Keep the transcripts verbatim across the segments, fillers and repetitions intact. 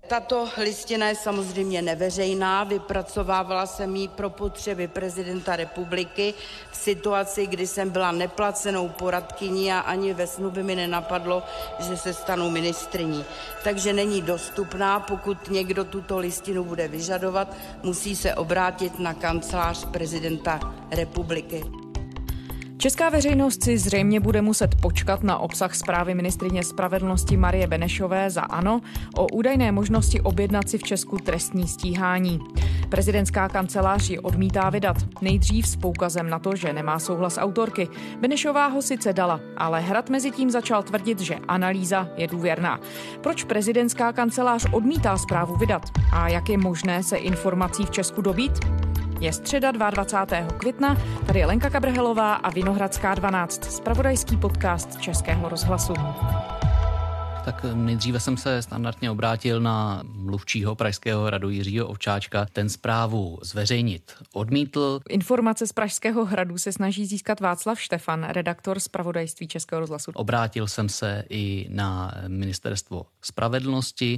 Tato listina je samozřejmě neveřejná, vypracovávala jsem ji pro potřeby prezidenta republiky v situaci, kdy jsem byla neplacenou poradkyní a ani ve snu by mi nenapadlo, že se stanu ministryní. Takže není dostupná, pokud někdo tuto listinu bude vyžadovat, musí se obrátit na kancelář prezidenta republiky. Česká veřejnost si zřejmě bude muset počkat na obsah zprávy ministryně spravedlnosti Marie Benešové za ANO o údajné možnosti objednat si v Česku trestní stíhání. Prezidentská kancelář ji odmítá vydat. Nejdřív s poukazem na to, že nemá souhlas autorky. Benešová ho sice dala, ale Hrad mezi tím začal tvrdit, že analýza je důvěrná. Proč prezidentská kancelář odmítá zprávu vydat? A jak je možné se informací v Česku dobít? Je středa dvacátého druhého května, tady je Lenka Kabrhelová a Vinohradská dvanáct, zpravodajský podcast Českého rozhlasu. Tak nejdříve jsem se standardně obrátil na mluvčího Pražského hradu Jiřího Ovčáčka. Ten zprávu zveřejnit odmítl. Informace z Pražského hradu se snaží získat Václav Štefan, redaktor zpravodajství Českého rozhlasu. Obrátil jsem se i na ministerstvo spravedlnosti.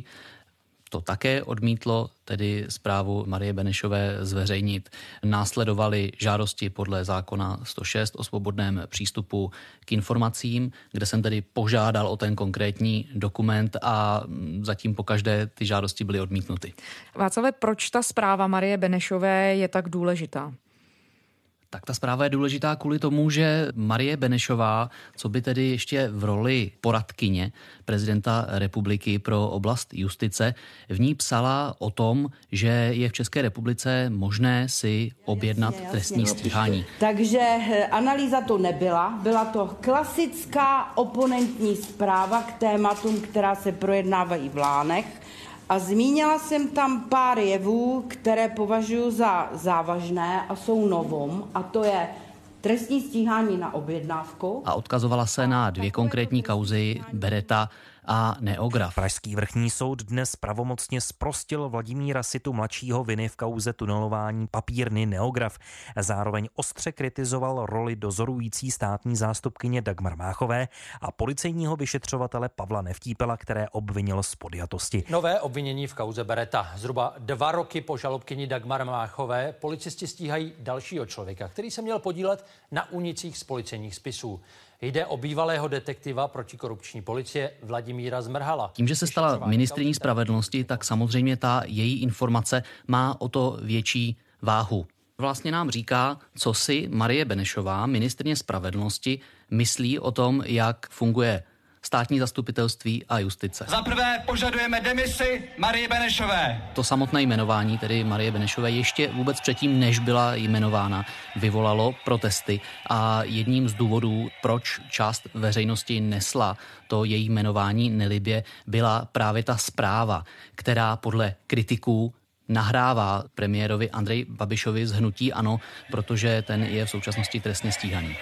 To také odmítlo tedy zprávu Marie Benešové zveřejnit. Následovaly žádosti podle zákona sto šest o svobodném přístupu k informacím, kde jsem tedy požádal o ten konkrétní dokument a zatím pokaždé ty žádosti byly odmítnuty. Václave, proč ta zpráva Marie Benešové je tak důležitá? Tak ta zpráva je důležitá kvůli tomu, že Marie Benešová, co by tedy ještě v roli poradkyně prezidenta republiky pro oblast justice, v ní psala o tom, že je v České republice možné si objednat jasně, trestní jasně, stíhání. Takže analýza to nebyla, byla to klasická oponentní zpráva k tématům, která se projednávají v Lánech. A zmínila jsem tam pár jevů, které považuji za závažné a jsou novom, a to je trestní stíhání na objednávku. A odkazovala se na dvě konkrétní kauzy, Beretta a Neograf. Pražský vrchní soud dnes pravomocně zprostil Vladimíra Situ mladšího viny v kauze tunelování papírny Neograf. Zároveň ostře kritizoval roli dozorující státní zástupkyně Dagmar Máchové a policejního vyšetřovatele Pavla Nevtípela, které obvinil z podjatosti. Nové obvinění v kauze Beretta. Zhruba dva roky po žalobkyni Dagmar Máchové policisti stíhají dalšího člověka, který se měl podílet na únicích z policejních spisů. Jde o bývalého detektiva protikorupční policie Vladimíra Zmrhala. Tím, že se stala ministryní spravedlnosti, tak samozřejmě ta její informace má o to větší váhu. Vlastně nám říká, co si Marie Benešová, ministryně spravedlnosti, myslí o tom, jak funguje státní zastupitelství a justice. Za prvé požadujeme demisi Marie Benešové. To samotné jmenování, tedy Marie Benešové, ještě vůbec předtím, než byla jmenována, vyvolalo protesty a jedním z důvodů, proč část veřejnosti nesla to její jmenování nelibě, byla právě ta zpráva, která podle kritiků nahrává premiérovi Andreji Babišovi z hnutí ANO, protože ten je v současnosti trestně stíhaný.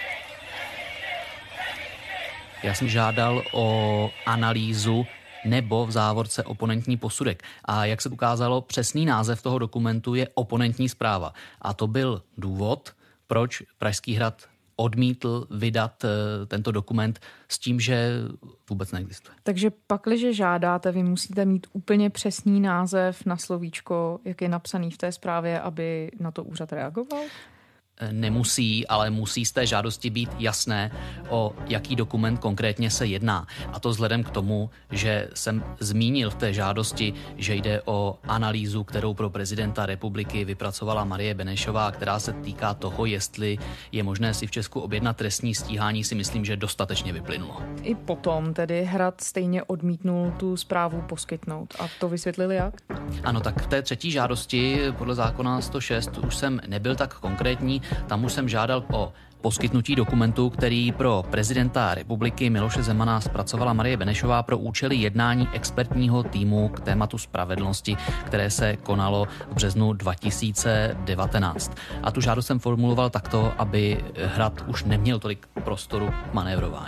Já jsem žádal o analýzu nebo v závorce oponentní posudek. A jak se ukázalo, přesný název toho dokumentu je oponentní zpráva. A to byl důvod, proč Pražský hrad odmítl vydat uh, tento dokument s tím, že vůbec neexistuje. Takže pakliže žádáte, vy musíte mít úplně přesný název na slovíčko, jak je napsaný v té zprávě, aby na to úřad reagoval? Nemusí, ale musí z té žádosti být jasné, o jaký dokument konkrétně se jedná. A to vzhledem k tomu, že jsem zmínil v té žádosti, že jde o analýzu, kterou pro prezidenta republiky vypracovala Marie Benešová, která se týká toho, jestli je možné si v Česku objednat trestní stíhání, si myslím, že dostatečně vyplynulo. I potom tedy Hrad stejně odmítnul tu zprávu poskytnout. A to vysvětlili jak? Ano, tak v té třetí žádosti podle zákona sto šest už jsem nebyl tak konkrétní. Tam už jsem žádal o poskytnutí dokumentu, který pro prezidenta republiky Miloše Zemana zpracovala Marie Benešová pro účely jednání expertního týmu k tématu spravedlnosti, které se konalo v březnu dva tisíce devatenáct. A tu žádost jsem formuloval takto, aby Hrad už neměl tolik prostoru k manévrování.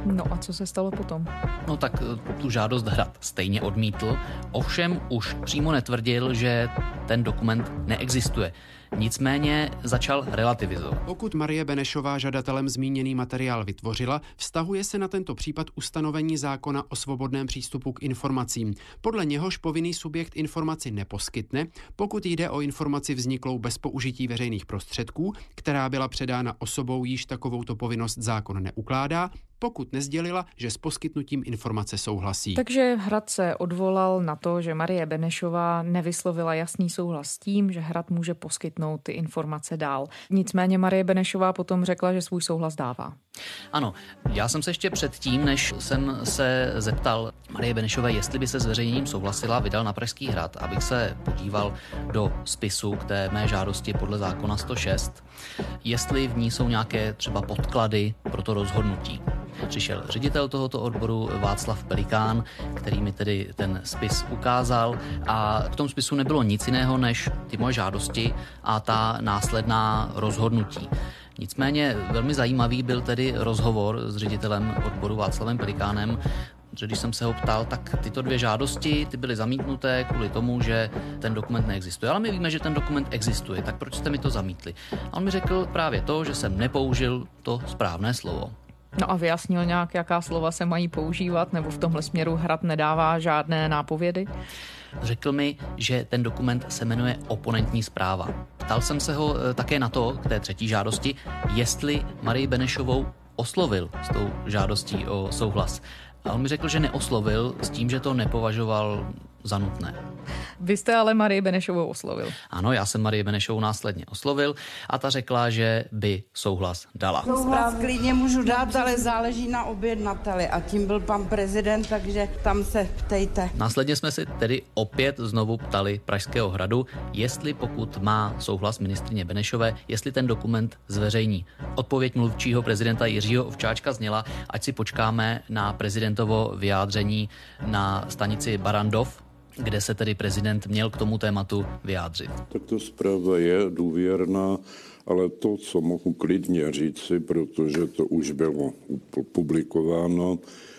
No a co se stalo potom? No tak tu žádost Hrad stejně odmítl, ovšem už přímo netvrdil, že ten dokument neexistuje. Nicméně začal relativizovat. Pokud Marie Benešová žadatelem zmíněný materiál vytvořila, vztahuje se na tento případ ustanovení zákona o svobodném přístupu k informacím. Podle něhož povinný subjekt informaci neposkytne, pokud jde o informaci vzniklou bez použití veřejných prostředků, která byla předána osobou, jíž takovouto povinnost zákon neukládá, pokud nezdělila, že s poskytnutím informace souhlasí. Takže Hrad se odvolal na to, že Marie Benešová nevyslovila jasný souhlas s tím, že Hrad může poskytnout ty informace dál. Nicméně Marie Benešová potom řekla, že svůj souhlas dává. Ano, já jsem se ještě předtím, než jsem se zeptal Marie Benešové, jestli by se zveřejněním souhlasila, vydal na Pražský hrad, abych se podíval do spisu k té mé žádosti podle zákona sto šest, jestli v ní jsou nějaké třeba podklady pro to rozhodnutí. Přišel ředitel tohoto odboru Václav Pelikán, který mi tedy ten spis ukázal, a v tom spisu nebylo nic jiného než ty moje žádosti a ta následná rozhodnutí. Nicméně velmi zajímavý byl tedy rozhovor s ředitelem odboru Václavem Pelikánem, že když jsem se ho ptal, tak tyto dvě žádosti ty byly zamítnuté kvůli tomu, že ten dokument neexistuje. Ale my víme, že ten dokument existuje, tak proč jste mi to zamítli? A on mi řekl právě to, že jsem nepoužil to správné slovo. No a vyjasnil nějak, jaká slova se mají používat, nebo v tomhle směru Hrad nedává žádné nápovědy? Řekl mi, že ten dokument se jmenuje oponentní zpráva. Ptal jsem se ho také na to, k té třetí žádosti, jestli Marii Benešovou oslovil s tou žádostí o souhlas. A on mi řekl, že neoslovil s tím, že to nepovažoval za nutné. Vy jste ale Marii Benešovou oslovil. Ano, já jsem Marii Benešovou následně oslovil a ta řekla, že by souhlas dala. Souhlas klidně můžu dát, ale záleží na objednateli a tím byl pan prezident, takže tam se ptejte. Následně jsme si tedy opět znovu ptali Pražského hradu, jestli pokud má souhlas ministryně Benešové, jestli ten dokument zveřejní. Odpověď mluvčího prezidenta Jiřího Ovčáčka zněla, ať si počkáme na prezidentovo vyjádření na stanici Barrandov, kde se tedy prezident měl k tomu tématu vyjádřit. Tak to zpráva je důvěrná, ale to, co mohu klidně říci, protože to už bylo publikováno,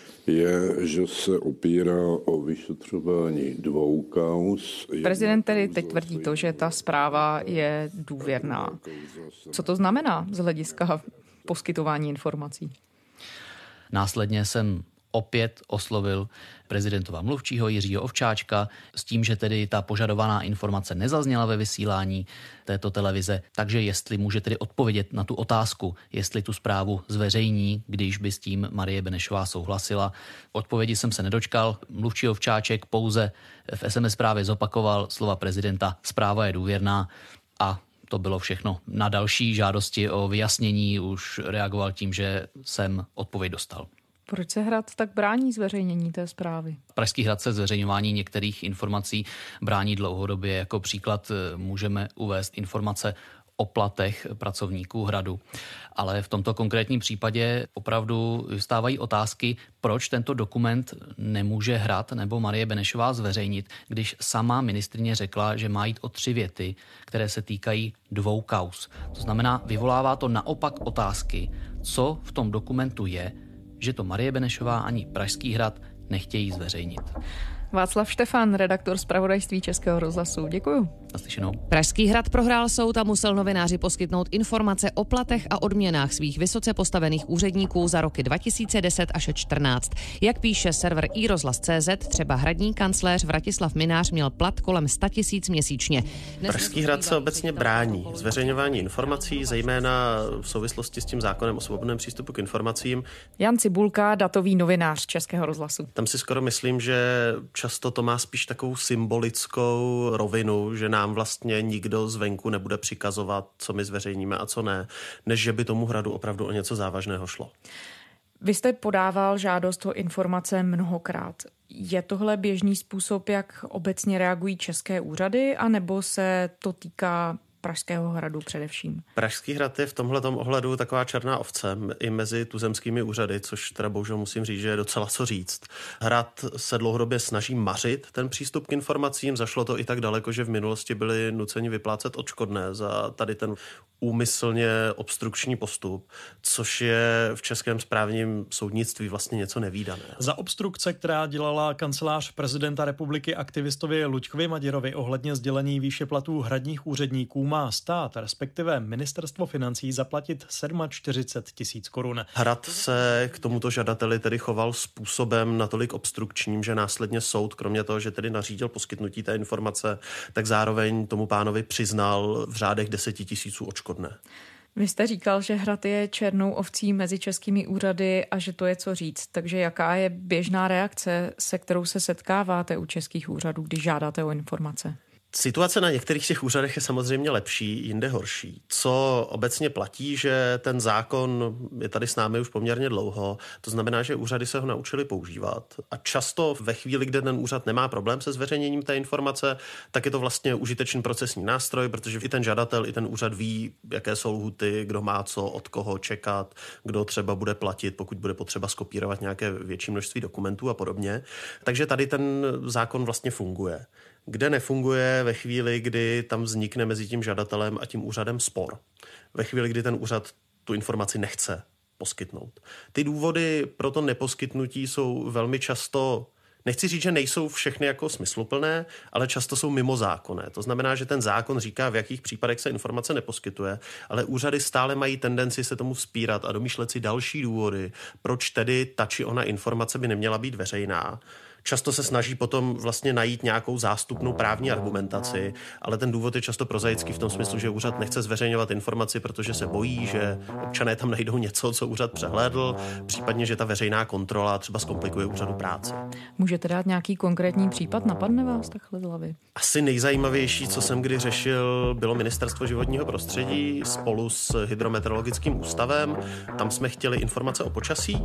je, že se opírá o vyšetřování dvou kauz. Prezident tedy teď tvrdí to, že ta zpráva je důvěrná. Co to znamená z hlediska poskytování informací? Následně jsem opět oslovil prezidentova mluvčího Jiřího Ovčáčka s tím, že tedy ta požadovaná informace nezazněla ve vysílání této televize, takže jestli může tedy odpovědět na tu otázku, jestli tu zprávu zveřejní, když by s tím Marie Benešová souhlasila. Odpovědi jsem se nedočkal, mluvčí Ovčáček pouze v es em es zprávě zopakoval slova prezidenta, zpráva je důvěrná, a to bylo všechno. Na další žádosti o vyjasnění už reagoval tím, že jsem odpověď dostal. Proč se Hrad tak brání zveřejnění té zprávy? Pražský hrad se zveřejňování některých informací brání dlouhodobě. Jako příklad můžeme uvést informace o platech pracovníků hradu. Ale v tomto konkrétním případě opravdu vystávají otázky, proč tento dokument nemůže Hrad nebo Marie Benešová zveřejnit, když sama ministryně řekla, že má jít o tři věty, které se týkají dvou kauz. To znamená, vyvolává to naopak otázky, co v tom dokumentu je, že to Marie Benešová ani Pražský hrad nechtějí zveřejnit. Václav Štefan, redaktor zpravodajství Českého rozhlasu. Děkuju. Naslyšenou. Pražský hrad prohrál soud a musel novináři poskytnout informace o platech a odměnách svých vysoce postavených úředníků za roky dva tisíce deset až čtrnáct. Jak píše server i rozhlas tečka cé zet, třeba hradní kancléř Vratislav Minář měl plat kolem sto tisíc měsíčně. Pražský hrad se obecně brání zveřejňování informací, zejména v souvislosti s tím zákonem o svobodném přístupu k informacím. Jan Cibulka, datový novinář Českého rozhlasu. Tam si skoro myslím, že často to má spíš takovou symbolickou rovinu, že nám vlastně nikdo zvenku nebude přikazovat, co my zveřejníme a co ne, než že by tomu hradu opravdu o něco závažného šlo. Vy jste podával žádost o informace mnohokrát. Je tohle běžný způsob, jak obecně reagují české úřady, anebo se to týká Pražského hradu především? Pražský hrad je v tomhletom ohledu taková černá ovce i mezi tuzemskými úřady, což teda bohužel musím říct, že je docela co říct. Hrad se dlouhodobě snaží mařit ten přístup k informacím, zašlo to i tak daleko, že v minulosti byli nuceni vyplácet odškodné za tady ten úmyslně obstrukční postup, což je v českém správním soudnictví vlastně něco nevídané. Za obstrukce, která dělala kancelář prezidenta republiky aktivistovi Luďkovi Maděrovi ohledně sdělení výše platů hradních úředníků, má stát, respektive ministerstvo financí, zaplatit čtyřicet sedm tisíc korun. Hrad se k tomuto žadateli tedy choval způsobem natolik obstrukčním, že následně soud, kromě toho, že tedy nařídil poskytnutí té informace, tak zároveň tomu pánovi přiznal v řádech deseti tisíců odškodné. Vy jste říkal, že Hrad je černou ovcí mezi českými úřady a že to je co říct. Takže jaká je běžná reakce, se kterou se setkáváte u českých úřadů, když žádáte o informace? Situace na některých těch úřadech je samozřejmě lepší, jinde horší. Co obecně platí, že ten zákon je tady s námi už poměrně dlouho, to znamená, že úřady se ho naučili používat. A často ve chvíli, kde ten úřad nemá problém se zveřejněním té informace, tak je to vlastně užitečný procesní nástroj, protože i ten žadatel, i ten úřad ví, jaké jsou lhuty, kdo má co, od koho čekat, kdo třeba bude platit, pokud bude potřeba skopírovat nějaké větší množství dokumentů a podobně. Takže tady ten zákon vlastně funguje. Kde nefunguje ve chvíli, kdy tam vznikne mezi tím žadatelem a tím úřadem spor. Ve chvíli, kdy ten úřad tu informaci nechce poskytnout. Ty důvody pro to neposkytnutí jsou velmi často, nechci říct, že nejsou všechny jako smysluplné, ale často jsou mimozákonné. To znamená, že ten zákon říká, v jakých případech se informace neposkytuje, ale úřady stále mají tendenci se tomu vzpírat a domýšlet si další důvody, proč tedy ta či ona informace by neměla být veřejná. Často se snaží potom vlastně najít nějakou zástupnou právní argumentaci, ale ten důvod je často prozaický v tom smyslu, že úřad nechce zveřejňovat informaci, protože se bojí, že občané tam najdou něco, co úřad přehlédl, případně, že ta veřejná kontrola třeba zkomplikuje úřadu práci. Můžete dát nějaký konkrétní případ? Napadne vás takhle z hlavy? Asi nejzajímavější, co jsem kdy řešil, bylo Ministerstvo životního prostředí spolu s Hydrometeorologickým ústavem. Tam jsme chtěli informace o počasí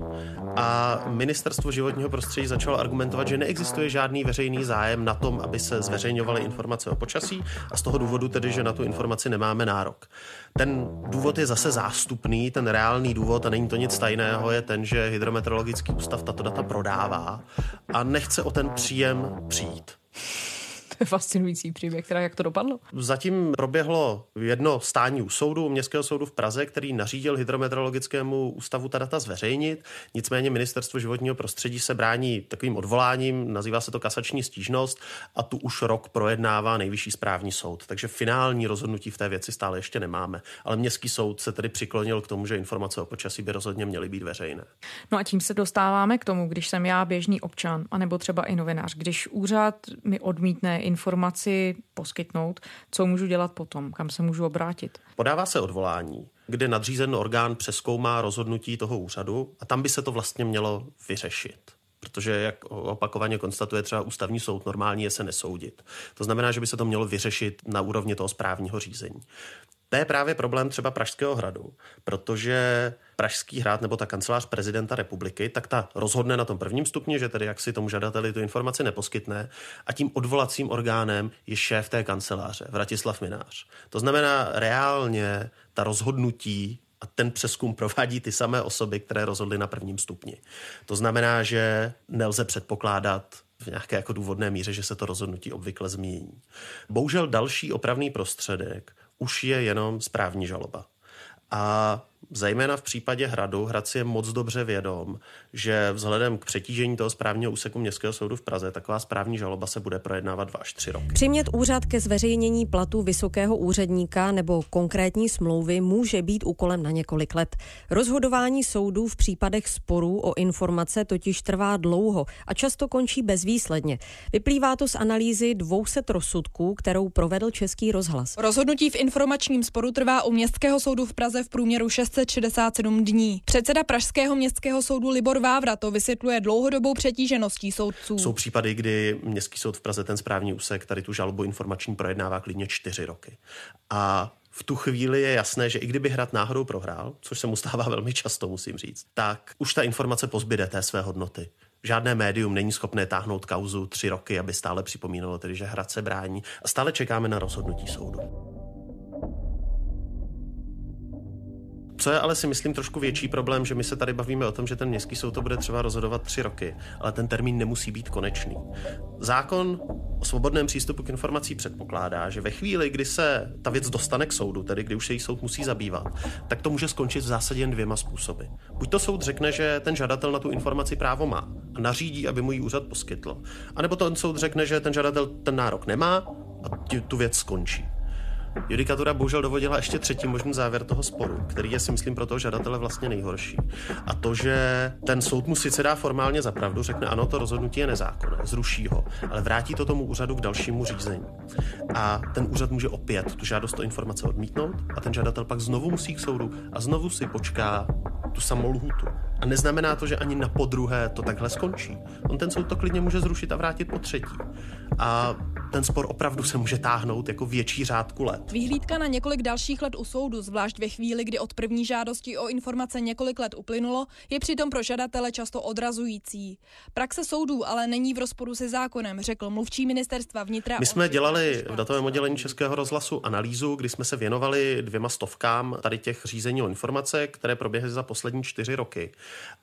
a Ministerstvo životního prostředí začalo argumentovat, že neexistuje žádný veřejný zájem na tom, aby se zveřejňovaly informace o počasí a z toho důvodu tedy, že na tu informaci nemáme nárok. Ten důvod je zase zástupný, ten reálný důvod, a není to nic tajného, je ten, že Hydrometeorologický ústav tato data prodává a nechce o ten příjem přijít. To je fascinující příběh, teda jak to dopadlo? Zatím proběhlo jedno stání u soudu, Městského soudu v Praze, který nařídil Hydrometeorologickému ústavu ta data zveřejnit. Nicméně Ministerstvo životního prostředí se brání takovým odvoláním, nazývá se to kasační stížnost a tu už rok projednává Nejvyšší správní soud. Takže finální rozhodnutí v té věci stále ještě nemáme. Ale Městský soud se tedy přiklonil k tomu, že informace o počasí by rozhodně měly být veřejné. No a tím se dostáváme k tomu, když jsem já běžný občan, anebo třeba i novinář, když úřad mi odmítne informaci poskytnout, co můžu dělat potom, kam se můžu obrátit? Podává se odvolání, kde nadřízený orgán přezkoumá rozhodnutí toho úřadu a tam by se to vlastně mělo vyřešit. Protože, jak opakovaně konstatuje třeba ústavní soud, normální je se nesoudit. To znamená, že by se to mělo vyřešit na úrovni toho správního řízení. To je právě problém třeba Pražského hradu, protože Pražský hrad nebo ta kancelář prezidenta republiky, tak ta rozhodne na tom prvním stupni, že tedy jak si tomu žadateli tu informaci neposkytne a tím odvolacím orgánem je šéf té kanceláře, Vratislav Mynář. To znamená reálně ta rozhodnutí a ten přezkum provádí ty samé osoby, které rozhodly na prvním stupni. To znamená, že nelze předpokládat v nějaké jako důvodné míře, že se to rozhodnutí obvykle změní. Bohužel další opravný prostředek už je jenom správní žaloba. A zejména v případě hradu, hrad si je moc dobře vědom, že vzhledem k přetížení toho správního úseku Městského soudu v Praze taková správní žaloba se bude projednávat dva až tři roky. Přimět úřad ke zveřejnění platu vysokého úředníka nebo konkrétní smlouvy může být úkolem na několik let. Rozhodování soudů v případech sporů o informace totiž trvá dlouho a často končí bezvýsledně. Vyplývá to z analýzy dvou set rozsudků, kterou provedl Český rozhlas. Rozhodnutí v informačním sporu trvá u Městského soudu v Praze v průměru šest set šedesát sedm dní. Předseda Pražského městského soudu Libor Vávra to vysvětluje dlouhodobou přetížeností soudců. Jsou případy, kdy Městský soud v Praze, ten správní úsek, tady tu žalobu informační projednává klidně čtyři roky. A v tu chvíli je jasné, že i kdyby hrad náhodou prohrál, což se mu stává velmi často, musím říct, tak už ta informace pozbyde té své hodnoty. Žádné médium není schopné táhnout kauzu tři roky, aby stále připomínalo tedy, že hrad se brání a stále čekáme na rozhodnutí soudu. Co je ale si myslím trošku větší problém, že my se tady bavíme o tom, že ten městský soud to bude třeba rozhodovat tři roky, ale ten termín nemusí být konečný. Zákon o svobodném přístupu k informací předpokládá, že ve chvíli, kdy se ta věc dostane k soudu, tedy kdy už se jí soud musí zabývat, tak to může skončit v zásadě jen dvěma způsoby. Buď to soud řekne, že ten žadatel na tu informaci právo má a nařídí, aby mu ji úřad poskytl, anebo ten soud řekne, že ten žadatel ten nárok nemá a tu věc skončí. Judikatura bohužel dovodila ještě třetí možný závěr toho sporu, který je, si myslím, pro toho žadatele vlastně nejhorší. A to, že ten soud mu sice dá formálně za pravdu, řekne ano, to rozhodnutí je nezákonné, zruší ho, ale vrátí to tomu úřadu k dalšímu řízení. A ten úřad může opět tu žádost o informace odmítnout a ten žadatel pak znovu musí k soudu a znovu si počká tu samou lhůtu. A neznamená to, že ani na podruhé to takhle skončí. On ten soud to klidně může zrušit a vrátit po třetí. A ten spor opravdu se může táhnout jako větší řádku let. Vyhlídka na několik dalších let u soudu, zvlášť ve chvíli, kdy od první žádosti o informace několik let uplynulo, je přitom pro žadatele často odrazující. Praxe soudů ale není v rozporu se zákonem, řekl mluvčí ministerstva vnitra. My jsme dělali v datovém oddělení Českého rozhlasu analýzu, kdy jsme se věnovali dvěma stovkám tady těch řízení o informace, které proběhly za poslední čtyři roky.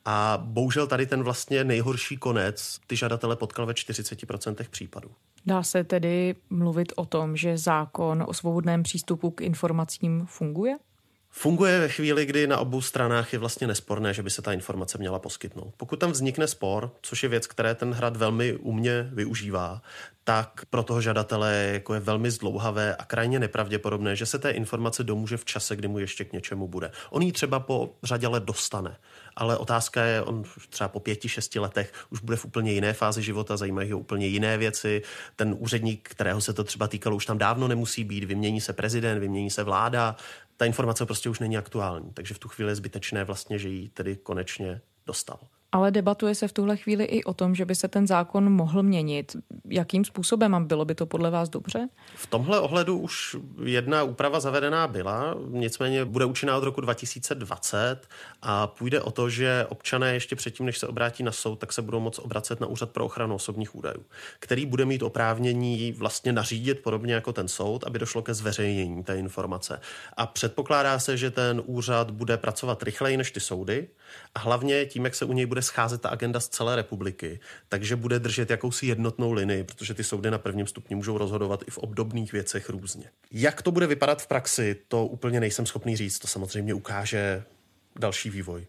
A bohužel tady ten vlastně nejhorší konec ty žadatele potkal ve čtyřicet procent případů. Dá se tedy mluvit o tom, že zákon o svobodném přístupu k informacím funguje? Funguje ve chvíli, kdy na obou stranách je vlastně nesporné, že by se ta informace měla poskytnout. Pokud tam vznikne spor, což je věc, které ten hrad velmi umně využívá, tak pro toho žadatele jako je velmi zdlouhavé a krajně nepravděpodobné, že se té informace domůže v čase, kdy mu ještě k něčemu bude. On ji třeba po řadě let dostane, ale otázka je, on třeba po pěti, šesti letech už bude v úplně jiné fázi života, zajímají ho úplně jiné věci. Ten úředník, kterého se to třeba týkalo, už tam dávno nemusí být, vymění se prezident, vymění se vláda, ta informace prostě už není aktuální, takže v tu chvíli je zbytečné vlastně, že ji tedy konečně dostal. Ale debatuje se v tuhle chvíli i o tom, že by se ten zákon mohl měnit. Jakým způsobem a bylo by to podle vás dobře? V tomhle ohledu už jedna úprava zavedená byla, nicméně bude účinná od roku dva tisíce dvacet a půjde o to, že občané ještě předtím, než se obrátí na soud, tak se budou moct obracet na Úřad pro ochranu osobních údajů, který bude mít oprávnění vlastně nařídit podobně jako ten soud, aby došlo ke zveřejnění té informace. A předpokládá se, že ten úřad bude pracovat rychleji než ty soudy a hlavně tím, jak se u něj bude scházet ta agenda z celé republiky, takže bude držet jakousi jednotnou linii, protože ty soudy na prvním stupni můžou rozhodovat i v obdobných věcech různě. Jak to bude vypadat v praxi, to úplně nejsem schopný říct, to samozřejmě ukáže další vývoj.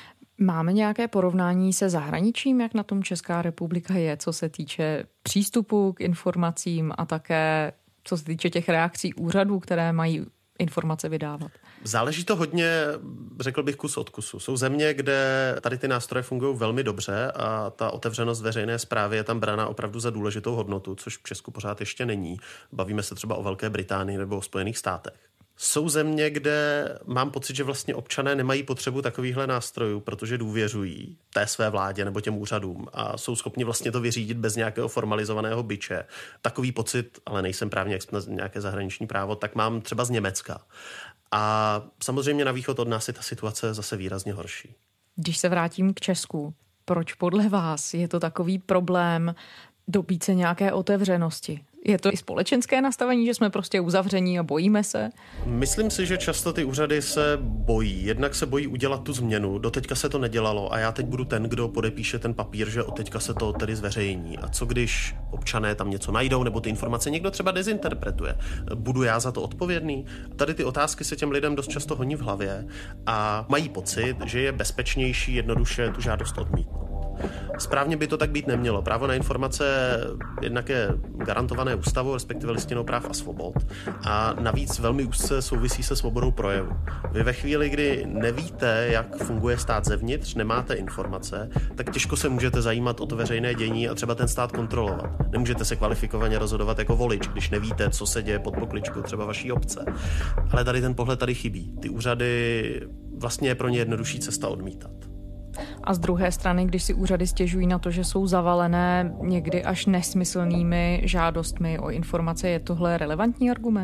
Máme nějaké porovnání se zahraničím, jak na tom Česká republika je, co se týče přístupu k informacím a také co se týče těch reakcí úřadů, které mají informace vydávat? Záleží to hodně, řekl bych, kus od kusu. Jsou země, kde tady ty nástroje fungují velmi dobře a ta otevřenost veřejné správy je tam brána opravdu za důležitou hodnotu, což v Česku pořád ještě není. Bavíme se třeba o Velké Británii nebo o Spojených státech. Jsou země, kde mám pocit, že vlastně občané nemají potřebu takovýchhle nástrojů, protože důvěřují té své vládě nebo těm úřadům a jsou schopni vlastně to vyřídit bez nějakého formalizovaného biče. Takový pocit, ale nejsem právně expert na nějaké zahraniční právo, tak mám třeba z Německa. A samozřejmě na východ od nás je ta situace zase výrazně horší. Když se vrátím k Česku, proč podle vás je to takový problém dobít se nějaké otevřenosti? Je to i společenské nastavení, že jsme prostě uzavření a bojíme se? Myslím si, že často ty úřady se bojí. Jednak se bojí udělat tu změnu. Doteďka se to nedělalo a já teď budu ten, kdo podepíše ten papír, že od teďka se to tedy zveřejní. A co když občané tam něco najdou nebo ty informace někdo třeba dezinterpretuje? Budu já za to odpovědný? Tady ty otázky se těm lidem dost často honí v hlavě a mají pocit, že je bezpečnější jednoduše tu žádost odmítnout. Správně by to tak být nemělo. Právo na informace jednak je garantované ústavou, respektive listinou práv a svobod. A navíc velmi úzce souvisí se svobodou projevu. Vy ve chvíli, kdy nevíte, jak funguje stát zevnitř, nemáte informace, tak těžko se můžete zajímat o to veřejné dění a třeba ten stát kontrolovat. Nemůžete se kvalifikovaně rozhodovat jako volič, když nevíte, co se děje pod pokličkou třeba vaší obce. Ale tady ten pohled tady chybí. Ty úřady vlastně je pro ně jednodušší cesta odmítat. A z druhé strany, když si úřady stěžují na to, že jsou zavalené někdy až nesmyslnými žádostmi o informace, je tohle relevantní argument?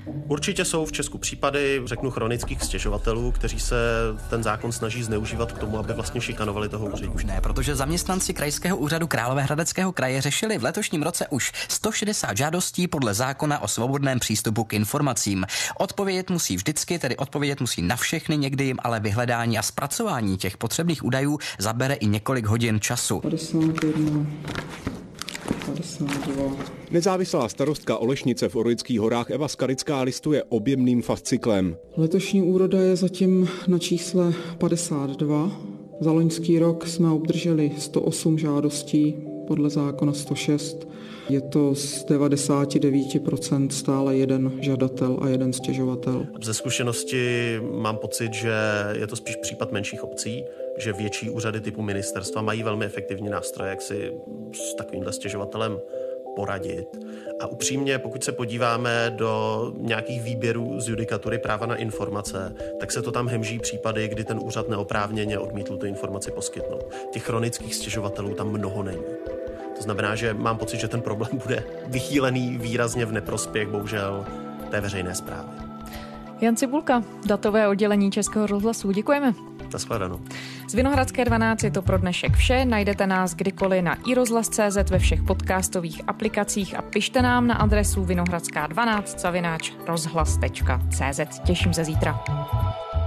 Určitě jsou v Česku případy, řeknu, chronických stěžovatelů, kteří se ten zákon snaží zneužívat k tomu, aby vlastně šikanovali toho úředníka. Už ne, protože zaměstnanci Krajského úřadu Královéhradeckého kraje řešili v letošním roce už sto šedesát žádostí podle zákona o svobodném přístupu k informacím. Odpovědět musí vždycky, tedy odpovědět musí na všechny, někdy jim ale vyhledání a zpracování těch potřebných údajů zabere i několik hodin času. padesát jedna, padesát dva. Nezávislá starostka Olešnice v Orlických horách Eva Skarická listuje objemným fasciklem. Letošní úroda je zatím na čísle padesát dva. Za loňský rok jsme obdrželi sto osm žádostí podle zákona sto šest. Je to z devadesát devět procent stále jeden žadatel a jeden stěžovatel. Ze zkušenosti mám pocit, že je to spíš případ menších obcí, že větší úřady typu ministerstva mají velmi efektivní nástroje, jak si s takovýmhle stěžovatelem poradit. A upřímně, pokud se podíváme do nějakých výběrů z judikatury práva na informace, tak se to tam hemží případy, kdy ten úřad neoprávněně odmítl tu informaci poskytnout. Těch chronických stěžovatelů tam mnoho není. To znamená, že mám pocit, že ten problém bude vychýlený výrazně v neprospěch, bohužel, té veřejné správy. Jan Cibulka, datové oddělení Českého rozhlasu. Děkujeme. Nashledanou. Z Vinohradské dvanáct je to pro dnešek vše. Najdete nás kdykoliv na i rozhlas tečka cé zet ve všech podcastových aplikacích a pište nám na adresu vinohradská dvanáct zavináč rozhlas tečka cé zet. Těším se zítra.